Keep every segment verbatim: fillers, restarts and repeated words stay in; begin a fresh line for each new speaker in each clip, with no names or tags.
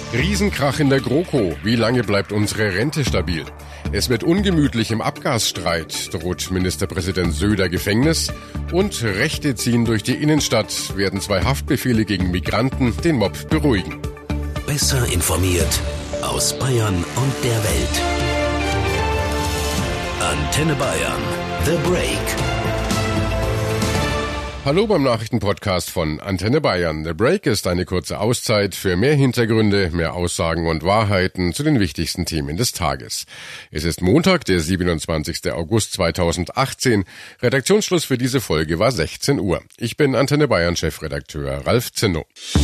Riesenkrach in der GroKo. Wie lange bleibt unsere Rente stabil? Es wird ungemütlich im Abgasstreit. Droht Ministerpräsident Söder Gefängnis? Und Rechte ziehen durch die Innenstadt. Werden zwei Haftbefehle gegen Migranten den Mob beruhigen?
Besser informiert aus Bayern und der Welt. Antenne Bayern. The Break.
Hallo beim Nachrichtenpodcast von Antenne Bayern. The Break ist eine kurze Auszeit für mehr Hintergründe, mehr Aussagen und Wahrheiten zu den wichtigsten Themen des Tages. Es ist Montag, der siebenundzwanzigster August zweitausendachtzehn. Redaktionsschluss für diese Folge war sechzehn Uhr. Ich bin Antenne Bayern Chefredakteur Ralf Zinnow.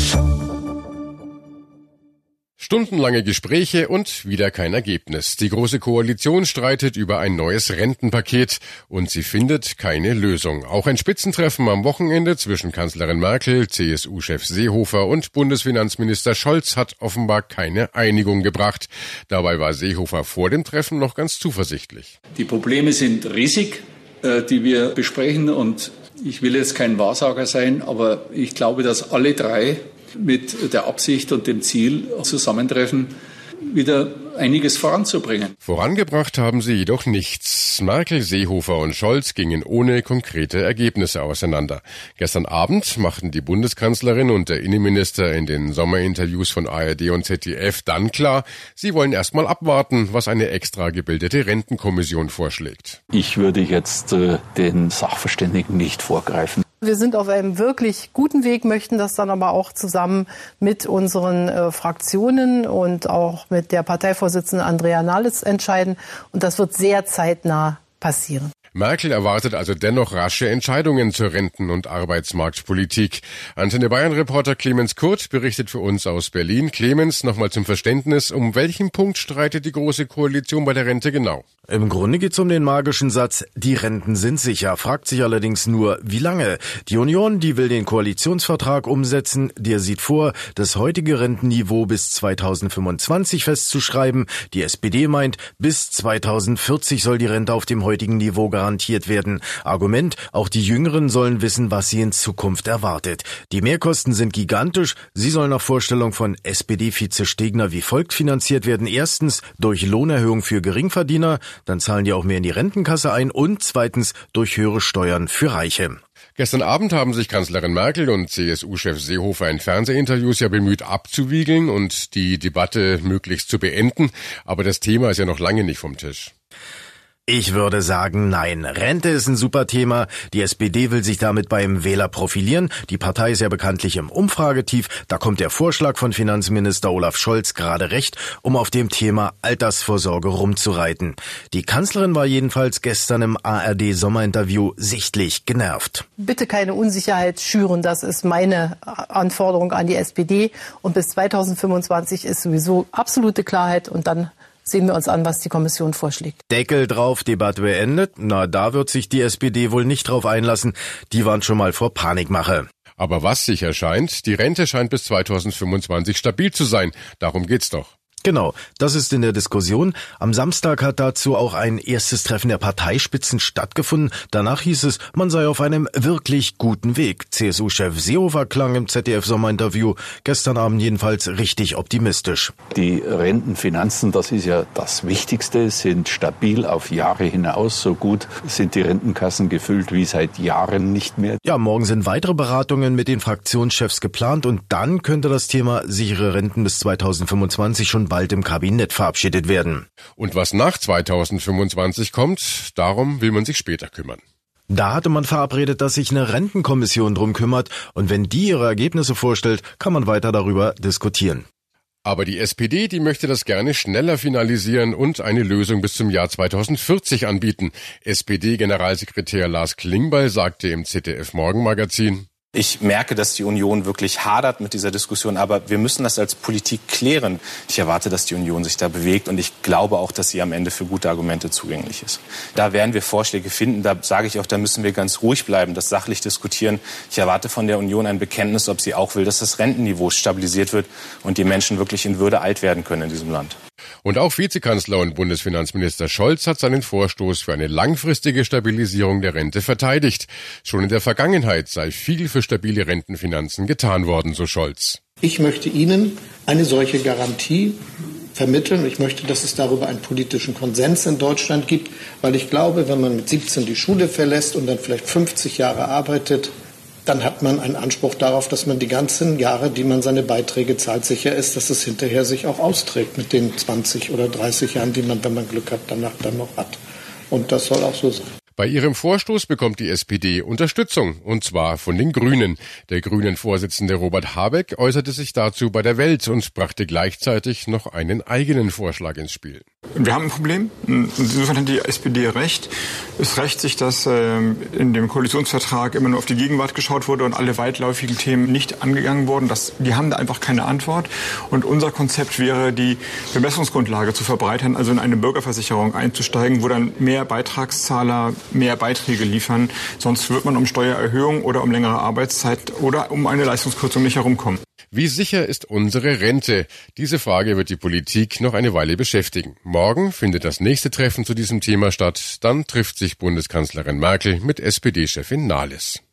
Stundenlange Gespräche und wieder kein Ergebnis. Die Große Koalition streitet über ein neues Rentenpaket und sie findet keine Lösung. Auch ein Spitzentreffen am Wochenende zwischen Kanzlerin Merkel, C S U-Chef Seehofer und Bundesfinanzminister Scholz hat offenbar keine Einigung gebracht. Dabei war Seehofer vor dem Treffen noch ganz zuversichtlich.
Die Probleme sind riesig, die wir besprechen, und ich will jetzt kein Wahrsager sein, aber ich glaube, dass alle drei mit der Absicht und dem Ziel zusammentreffen, wieder einiges voranzubringen.
Vorangebracht haben sie jedoch nichts. Merkel, Seehofer und Scholz gingen ohne konkrete Ergebnisse auseinander. Gestern Abend machten die Bundeskanzlerin und der Innenminister in den Sommerinterviews von A R D und Z D F dann klar, sie wollen erstmal abwarten, was eine extra gebildete Rentenkommission vorschlägt.
Ich würde jetzt äh, den Sachverständigen nicht vorgreifen.
Wir sind auf einem wirklich guten Weg, möchten das dann aber auch zusammen mit unseren äh, Fraktionen und auch mit der Parteivorsitzenden Andrea Nahles entscheiden. Und das wird sehr zeitnah passieren.
Merkel erwartet also dennoch rasche Entscheidungen zur Renten- und Arbeitsmarktpolitik. Antenne Bayern-Reporter Clemens Kurt berichtet für uns aus Berlin. Clemens, nochmal zum Verständnis, um welchen Punkt streitet die Große Koalition bei der Rente genau?
Im Grunde geht's um den magischen Satz, die Renten sind sicher, fragt sich allerdings nur, wie lange. Die Union, die will den Koalitionsvertrag umsetzen, der sieht vor, das heutige Rentenniveau bis zweitausendfünfundzwanzig festzuschreiben. Die S P D meint, bis zweitausendvierzig soll die Rente auf dem heutigen Niveau garantiert werden. Argument, auch die Jüngeren sollen wissen, was sie in Zukunft erwartet. Die Mehrkosten sind gigantisch. Sie sollen nach Vorstellung von S P D-Vize Stegner wie folgt finanziert werden. Erstens durch Lohnerhöhung für Geringverdiener, dann zahlen die auch mehr in die Rentenkasse ein, und zweitens durch höhere Steuern für Reiche.
Gestern Abend haben sich Kanzlerin Merkel und C S U-Chef Seehofer in Fernsehinterviews ja bemüht abzuwiegeln und die Debatte möglichst zu beenden. Aber das Thema ist ja noch lange nicht vom Tisch.
Ich würde sagen, nein. Rente ist ein super Thema. Die S P D will sich damit beim Wähler profilieren. Die Partei ist ja bekanntlich im Umfragetief. Da kommt der Vorschlag von Finanzminister Olaf Scholz gerade recht, um auf dem Thema Altersvorsorge rumzureiten. Die Kanzlerin war jedenfalls gestern im A R D-Sommerinterview sichtlich genervt.
Bitte keine Unsicherheit schüren, das ist meine Anforderung an die S P D. Und bis zweitausendfünfundzwanzig ist sowieso absolute Klarheit, und dann sehen wir uns an, was die Kommission vorschlägt.
Deckel drauf, Debatte beendet. Na, da wird sich die S P D wohl nicht drauf einlassen. Die waren schon mal vor Panikmache.
Aber was sicher scheint, die Rente scheint bis zweitausendfünfundzwanzig stabil zu sein. Darum geht's doch.
Genau, das ist in der Diskussion. Am Samstag hat dazu auch ein erstes Treffen der Parteispitzen stattgefunden. Danach hieß es, man sei auf einem wirklich guten Weg. C S U-Chef Seehofer klang im Z D F-Sommerinterview gestern Abend jedenfalls richtig optimistisch.
Die Rentenfinanzen, das ist ja das Wichtigste, sind stabil auf Jahre hinaus. So gut sind die Rentenkassen gefüllt wie seit Jahren nicht mehr.
Ja, morgen sind weitere Beratungen mit den Fraktionschefs geplant, und dann könnte das Thema sichere Renten bis zweitausendfünfundzwanzig schon bald im Kabinett verabschiedet werden.
Und was nach zweitausendfünfundzwanzig kommt, darum will man sich später kümmern.
Da hatte man verabredet, dass sich eine Rentenkommission drum kümmert, und wenn die ihre Ergebnisse vorstellt, kann man weiter darüber diskutieren.
Aber die S P D, die möchte das gerne schneller finalisieren und eine Lösung bis zum Jahr zweitausendvierzig anbieten. S P D-Generalsekretär Lars Klingbeil sagte im Z D F-Morgenmagazin:
Ich merke, dass die Union wirklich hadert mit dieser Diskussion, aber wir müssen das als Politik klären. Ich erwarte, dass die Union sich da bewegt, und ich glaube auch, dass sie am Ende für gute Argumente zugänglich ist. Da werden wir Vorschläge finden, da sage ich auch, da müssen wir ganz ruhig bleiben, das sachlich diskutieren. Ich erwarte von der Union ein Bekenntnis, ob sie auch will, dass das Rentenniveau stabilisiert wird und die Menschen wirklich in Würde alt werden können in diesem Land.
Und auch Vizekanzler und Bundesfinanzminister Scholz hat seinen Vorstoß für eine langfristige Stabilisierung der Rente verteidigt. Schon in der Vergangenheit sei viel für stabile Rentenfinanzen getan worden, so Scholz.
Ich möchte Ihnen eine solche Garantie vermitteln. Ich möchte, dass es darüber einen politischen Konsens in Deutschland gibt, weil ich glaube, wenn man mit siebzehn die Schule verlässt und dann vielleicht fünfzig Jahre arbeitet, dann hat man einen Anspruch darauf, dass man die ganzen Jahre, die man seine Beiträge zahlt, sicher ist, dass es hinterher sich auch austrägt mit den zwanzig oder dreißig Jahren, die man, wenn man Glück hat, danach dann noch hat. Und das soll auch so sein.
Bei ihrem Vorstoß bekommt die S P D Unterstützung, und zwar von den Grünen. Der Grünen-Vorsitzende Robert Habeck äußerte sich dazu bei der Welt und brachte gleichzeitig noch einen eigenen Vorschlag ins Spiel.
Wir haben ein Problem. Insofern hat die S P D recht. Es rächt sich, dass in dem Koalitionsvertrag immer nur auf die Gegenwart geschaut wurde und alle weitläufigen Themen nicht angegangen wurden. Das, die haben da einfach keine Antwort. Und unser Konzept wäre, die Bemessungsgrundlage zu verbreitern, also in eine Bürgerversicherung einzusteigen, wo dann mehr Beitragszahler mehr Beiträge liefern. Sonst wird man um Steuererhöhung oder um längere Arbeitszeit oder um eine Leistungskürzung nicht herumkommen.
Wie sicher ist unsere Rente? Diese Frage wird die Politik noch eine Weile beschäftigen. Morgen findet das nächste Treffen zu diesem Thema statt. Dann trifft sich Bundeskanzlerin Merkel mit S P D-Chefin Nahles.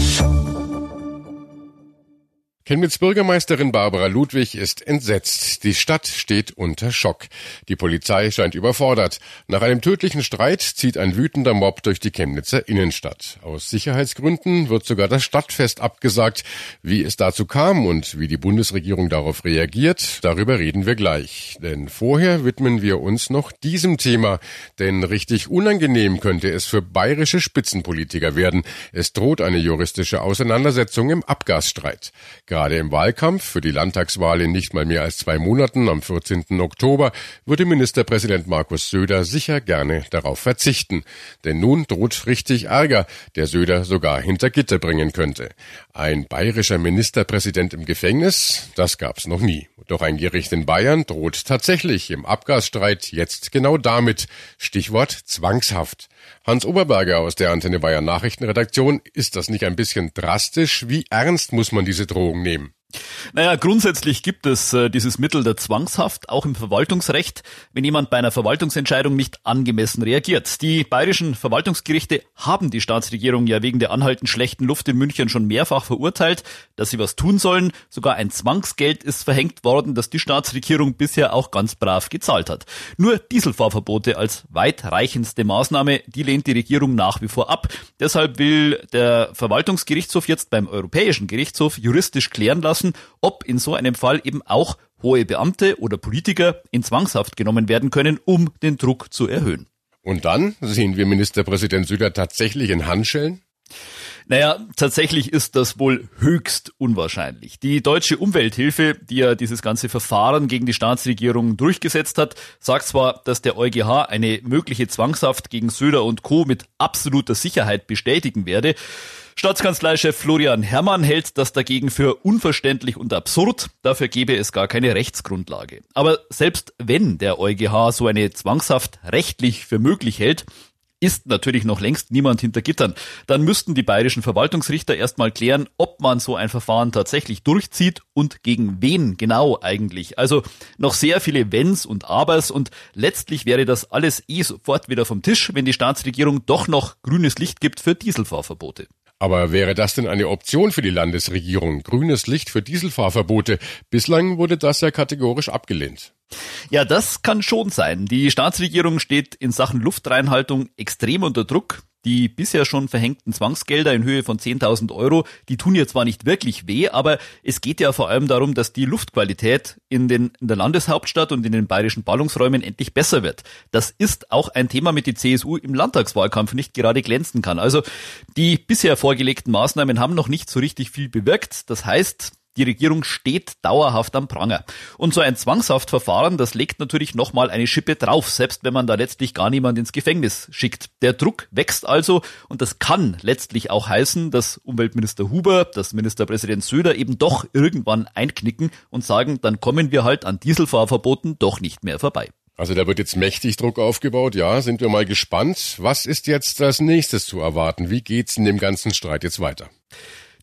Chemnitz Bürgermeisterin Barbara Ludwig ist entsetzt. Die Stadt steht unter Schock. Die Polizei scheint überfordert. Nach einem tödlichen Streit zieht ein wütender Mob durch die Chemnitzer Innenstadt. Aus Sicherheitsgründen wird sogar das Stadtfest abgesagt. Wie es dazu kam und wie die Bundesregierung darauf reagiert, darüber reden wir gleich. Denn vorher widmen wir uns noch diesem Thema. Denn richtig unangenehm könnte es für bayerische Spitzenpolitiker werden. Es droht eine juristische Auseinandersetzung im Abgasstreit. Gerade im Wahlkampf für die Landtagswahl in nicht mal mehr als zwei Monaten am vierzehnten Oktober würde Ministerpräsident Markus Söder sicher gerne darauf verzichten. Denn nun droht richtig Ärger, der Söder sogar hinter Gitter bringen könnte. Ein bayerischer Ministerpräsident im Gefängnis? Das gab's noch nie. Doch ein Gericht in Bayern droht tatsächlich im Abgasstreit jetzt genau damit. Stichwort Zwangshaft. Hans Oberberger aus der Antenne Bayern Nachrichtenredaktion, ist das nicht ein bisschen drastisch? Wie ernst muss man diese Drohung nehmen?
Naja, grundsätzlich gibt es äh, dieses Mittel der Zwangshaft, auch im Verwaltungsrecht, wenn jemand bei einer Verwaltungsentscheidung nicht angemessen reagiert. Die bayerischen Verwaltungsgerichte haben die Staatsregierung ja wegen der anhaltend schlechten Luft in München schon mehrfach verurteilt, dass sie was tun sollen. Sogar ein Zwangsgeld ist verhängt worden, das die Staatsregierung bisher auch ganz brav gezahlt hat. Nur Dieselfahrverbote als weitreichendste Maßnahme, die lehnt die Regierung nach wie vor ab. Deshalb will der Verwaltungsgerichtshof jetzt beim Europäischen Gerichtshof juristisch klären lassen, ob in so einem Fall eben auch hohe Beamte oder Politiker in Zwangshaft genommen werden können, um den Druck zu erhöhen.
Und dann sehen wir Ministerpräsident Söder tatsächlich in Handschellen?
Naja, tatsächlich ist das wohl höchst unwahrscheinlich. Die Deutsche Umwelthilfe, die ja dieses ganze Verfahren gegen die Staatsregierung durchgesetzt hat, sagt zwar, dass der EuGH eine mögliche Zwangshaft gegen Söder und Co. mit absoluter Sicherheit bestätigen werde. Staatskanzleichef Florian Herrmann hält das dagegen für unverständlich und absurd. Dafür gäbe es gar keine Rechtsgrundlage. Aber selbst wenn der EuGH so eine Zwangshaft rechtlich für möglich hält, ist natürlich noch längst niemand hinter Gittern. Dann müssten die bayerischen Verwaltungsrichter erstmal klären, ob man so ein Verfahren tatsächlich durchzieht und gegen wen genau eigentlich. Also noch sehr viele Wenns und Abers und letztlich wäre das alles eh sofort wieder vom Tisch, wenn die Staatsregierung doch noch grünes Licht gibt für Dieselfahrverbote.
Aber wäre das denn eine Option für die Landesregierung? Grünes Licht für Dieselfahrverbote? Bislang wurde das ja kategorisch abgelehnt.
Ja, das kann schon sein. Die Staatsregierung steht in Sachen Luftreinhaltung extrem unter Druck. Die bisher schon verhängten Zwangsgelder in Höhe von zehntausend Euro, die tun ihr zwar nicht wirklich weh, aber es geht ja vor allem darum, dass die Luftqualität in, den, in der Landeshauptstadt und in den bayerischen Ballungsräumen endlich besser wird. Das ist auch ein Thema, mit dem die C S U im Landtagswahlkampf nicht gerade glänzen kann. Also die bisher vorgelegten Maßnahmen haben noch nicht so richtig viel bewirkt. Das heißt, die Regierung steht dauerhaft am Pranger. Und so ein Zwangshaftverfahren, das legt natürlich nochmal eine Schippe drauf, selbst wenn man da letztlich gar niemand ins Gefängnis schickt. Der Druck wächst also und das kann letztlich auch heißen, dass Umweltminister Huber, dass Ministerpräsident Söder eben doch irgendwann einknicken und sagen, dann kommen wir halt an Dieselfahrverboten doch nicht mehr vorbei.
Also da wird jetzt mächtig Druck aufgebaut. Ja, sind wir mal gespannt. Was ist jetzt als nächstes zu erwarten? Wie geht's in dem ganzen Streit jetzt weiter?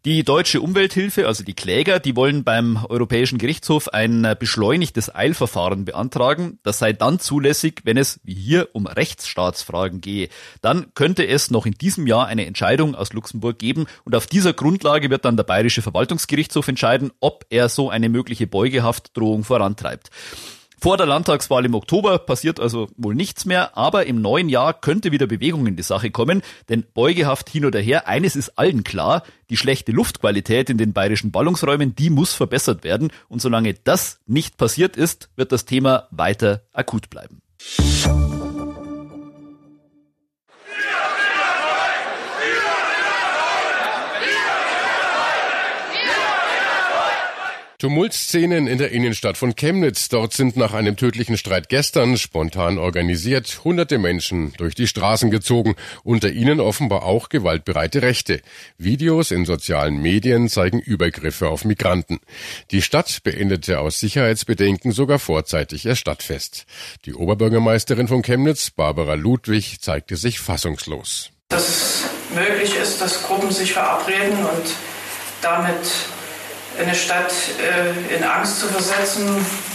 Die Deutsche Umwelthilfe, also die Kläger, die wollen beim Europäischen Gerichtshof ein beschleunigtes Eilverfahren beantragen. Das sei dann zulässig, wenn es, wie hier, um Rechtsstaatsfragen gehe. Dann könnte es noch in diesem Jahr eine Entscheidung aus Luxemburg geben und auf dieser Grundlage wird dann der Bayerische Verwaltungsgerichtshof entscheiden, ob er so eine mögliche Beugehaftdrohung vorantreibt. Vor der Landtagswahl im Oktober passiert also wohl nichts mehr, aber im neuen Jahr könnte wieder Bewegung in die Sache kommen, denn Beugehaft hin oder her, eines ist allen klar, die schlechte Luftqualität in den bayerischen Ballungsräumen, die muss verbessert werden und solange das nicht passiert ist, wird das Thema weiter akut bleiben.
Tumultszenen in der Innenstadt von Chemnitz. Dort sind nach einem tödlichen Streit gestern, spontan organisiert, hunderte Menschen durch die Straßen gezogen. Unter ihnen offenbar auch gewaltbereite Rechte. Videos in sozialen Medien zeigen Übergriffe auf Migranten. Die Stadt beendete aus Sicherheitsbedenken sogar vorzeitig ihr Stadtfest. Die Oberbürgermeisterin von Chemnitz, Barbara Ludwig, zeigte sich fassungslos.
Dass es möglich ist, dass Gruppen sich verabreden und damit eine Stadt äh, in Angst zu versetzen,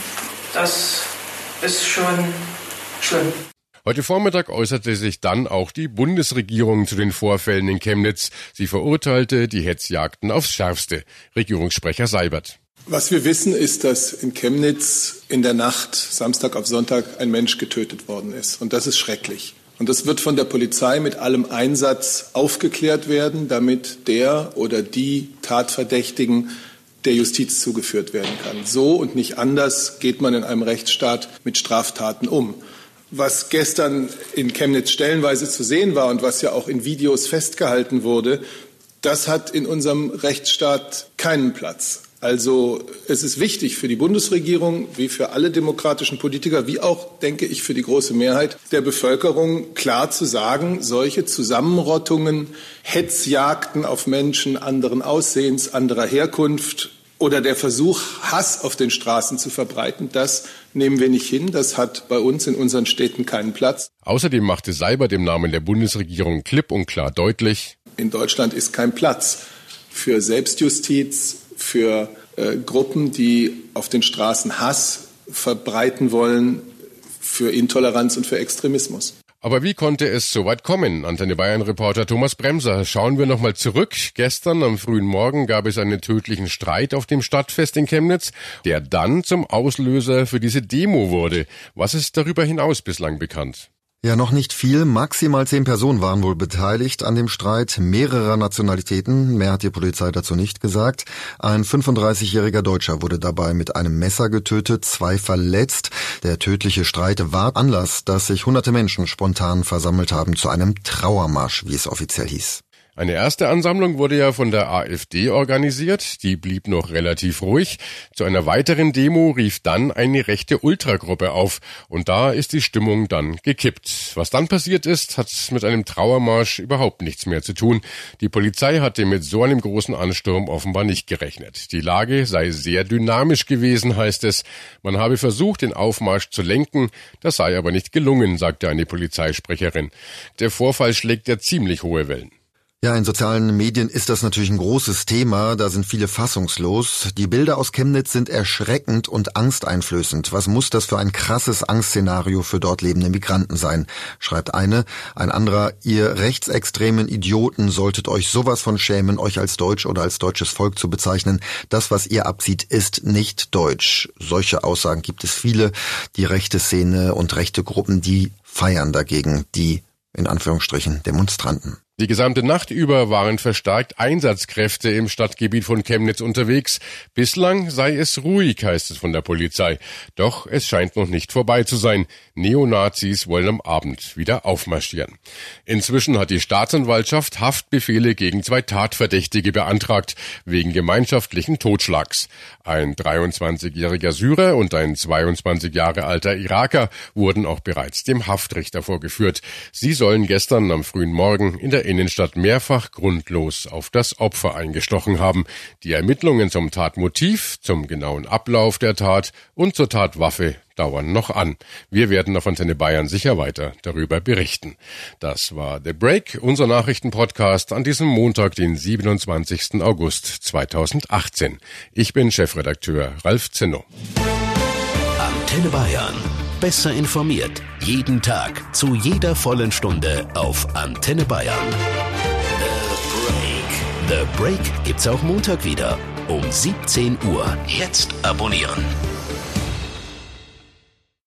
das ist schon schlimm.
Heute Vormittag äußerte sich dann auch die Bundesregierung zu den Vorfällen in Chemnitz. Sie verurteilte die Hetzjagden aufs Schärfste. Regierungssprecher Seibert.
Was wir wissen, ist, dass in Chemnitz in der Nacht, Samstag auf Sonntag, ein Mensch getötet worden ist. Und das ist schrecklich. Und das wird von der Polizei mit allem Einsatz aufgeklärt werden, damit der oder die Tatverdächtigen der Justiz zugeführt werden kann. So und nicht anders geht man in einem Rechtsstaat mit Straftaten um. Was gestern in Chemnitz stellenweise zu sehen war und was ja auch in Videos festgehalten wurde, das hat in unserem Rechtsstaat keinen Platz. Also es ist wichtig für die Bundesregierung, wie für alle demokratischen Politiker, wie auch, denke ich, für die große Mehrheit der Bevölkerung, klar zu sagen, solche Zusammenrottungen, Hetzjagden auf Menschen anderen Aussehens, anderer Herkunft oder der Versuch, Hass auf den Straßen zu verbreiten, das nehmen wir nicht hin. Das hat bei uns in unseren Städten keinen Platz.
Außerdem machte Seibert im Namen der Bundesregierung klipp und klar deutlich:
In Deutschland ist kein Platz für Selbstjustiz, für äh, Gruppen, die auf den Straßen Hass verbreiten wollen, für Intoleranz und für Extremismus.
Aber wie konnte es so weit kommen? Antenne Bayern-Reporter Thomas Bremser. Schauen wir nochmal zurück. Gestern am frühen Morgen gab es einen tödlichen Streit auf dem Stadtfest in Chemnitz, der dann zum Auslöser für diese Demo wurde. Was ist darüber hinaus bislang bekannt?
Ja, noch nicht viel. Maximal zehn Personen waren wohl beteiligt an dem Streit mehrerer Nationalitäten. Mehr hat die Polizei dazu nicht gesagt. Ein fünfunddreißigjähriger Deutscher wurde dabei mit einem Messer getötet, zwei verletzt. Der tödliche Streit war Anlass, dass sich hunderte Menschen spontan versammelt haben zu einem Trauermarsch, wie es offiziell hieß.
Eine erste Ansammlung wurde ja von der AfD organisiert, die blieb noch relativ ruhig. Zu einer weiteren Demo rief dann eine rechte Ultragruppe auf und da ist die Stimmung dann gekippt. Was dann passiert ist, hat mit einem Trauermarsch überhaupt nichts mehr zu tun. Die Polizei hatte mit so einem großen Ansturm offenbar nicht gerechnet. Die Lage sei sehr dynamisch gewesen, heißt es. Man habe versucht, den Aufmarsch zu lenken, das sei aber nicht gelungen, sagte eine Polizeisprecherin. Der Vorfall schlägt ja ziemlich hohe Wellen.
Ja, in sozialen Medien ist das natürlich ein großes Thema, da sind viele fassungslos. Die Bilder aus Chemnitz sind erschreckend und angsteinflößend. Was muss das für ein krasses Angstszenario für dort lebende Migranten sein, schreibt eine. Ein anderer: Ihr rechtsextremen Idioten solltet euch sowas von schämen, euch als Deutsch oder als deutsches Volk zu bezeichnen. Das, was ihr abzieht, ist nicht deutsch. Solche Aussagen gibt es viele. Die rechte Szene und rechte Gruppen, die feiern dagegen die, in Anführungsstrichen, Demonstranten.
Die gesamte Nacht über waren verstärkt Einsatzkräfte im Stadtgebiet von Chemnitz unterwegs. Bislang sei es ruhig, heißt es von der Polizei. Doch es scheint noch nicht vorbei zu sein. Neonazis wollen am Abend wieder aufmarschieren. Inzwischen hat die Staatsanwaltschaft Haftbefehle gegen zwei Tatverdächtige beantragt, wegen gemeinschaftlichen Totschlags. Ein dreiundzwanzigjähriger Syrer und ein zweiundzwanzig Jahre alter Iraker wurden auch bereits dem Haftrichter vorgeführt. Sie sollen gestern am frühen Morgen in der Innenstadt mehrfach grundlos auf das Opfer eingestochen haben. Die Ermittlungen zum Tatmotiv, zum genauen Ablauf der Tat und zur Tatwaffe dauern noch an. Wir werden auf Antenne Bayern sicher weiter darüber berichten. Das war The Break, unser Nachrichtenpodcast an diesem Montag, den siebenundzwanzigsten August zweitausendachtzehn. Ich bin Chefredakteur Ralf Zinno.
Antenne Bayern. Besser informiert. Jeden Tag. Zu jeder vollen Stunde auf Antenne Bayern. The Break. The Break gibt's auch Montag wieder. Um siebzehn Uhr. Jetzt abonnieren.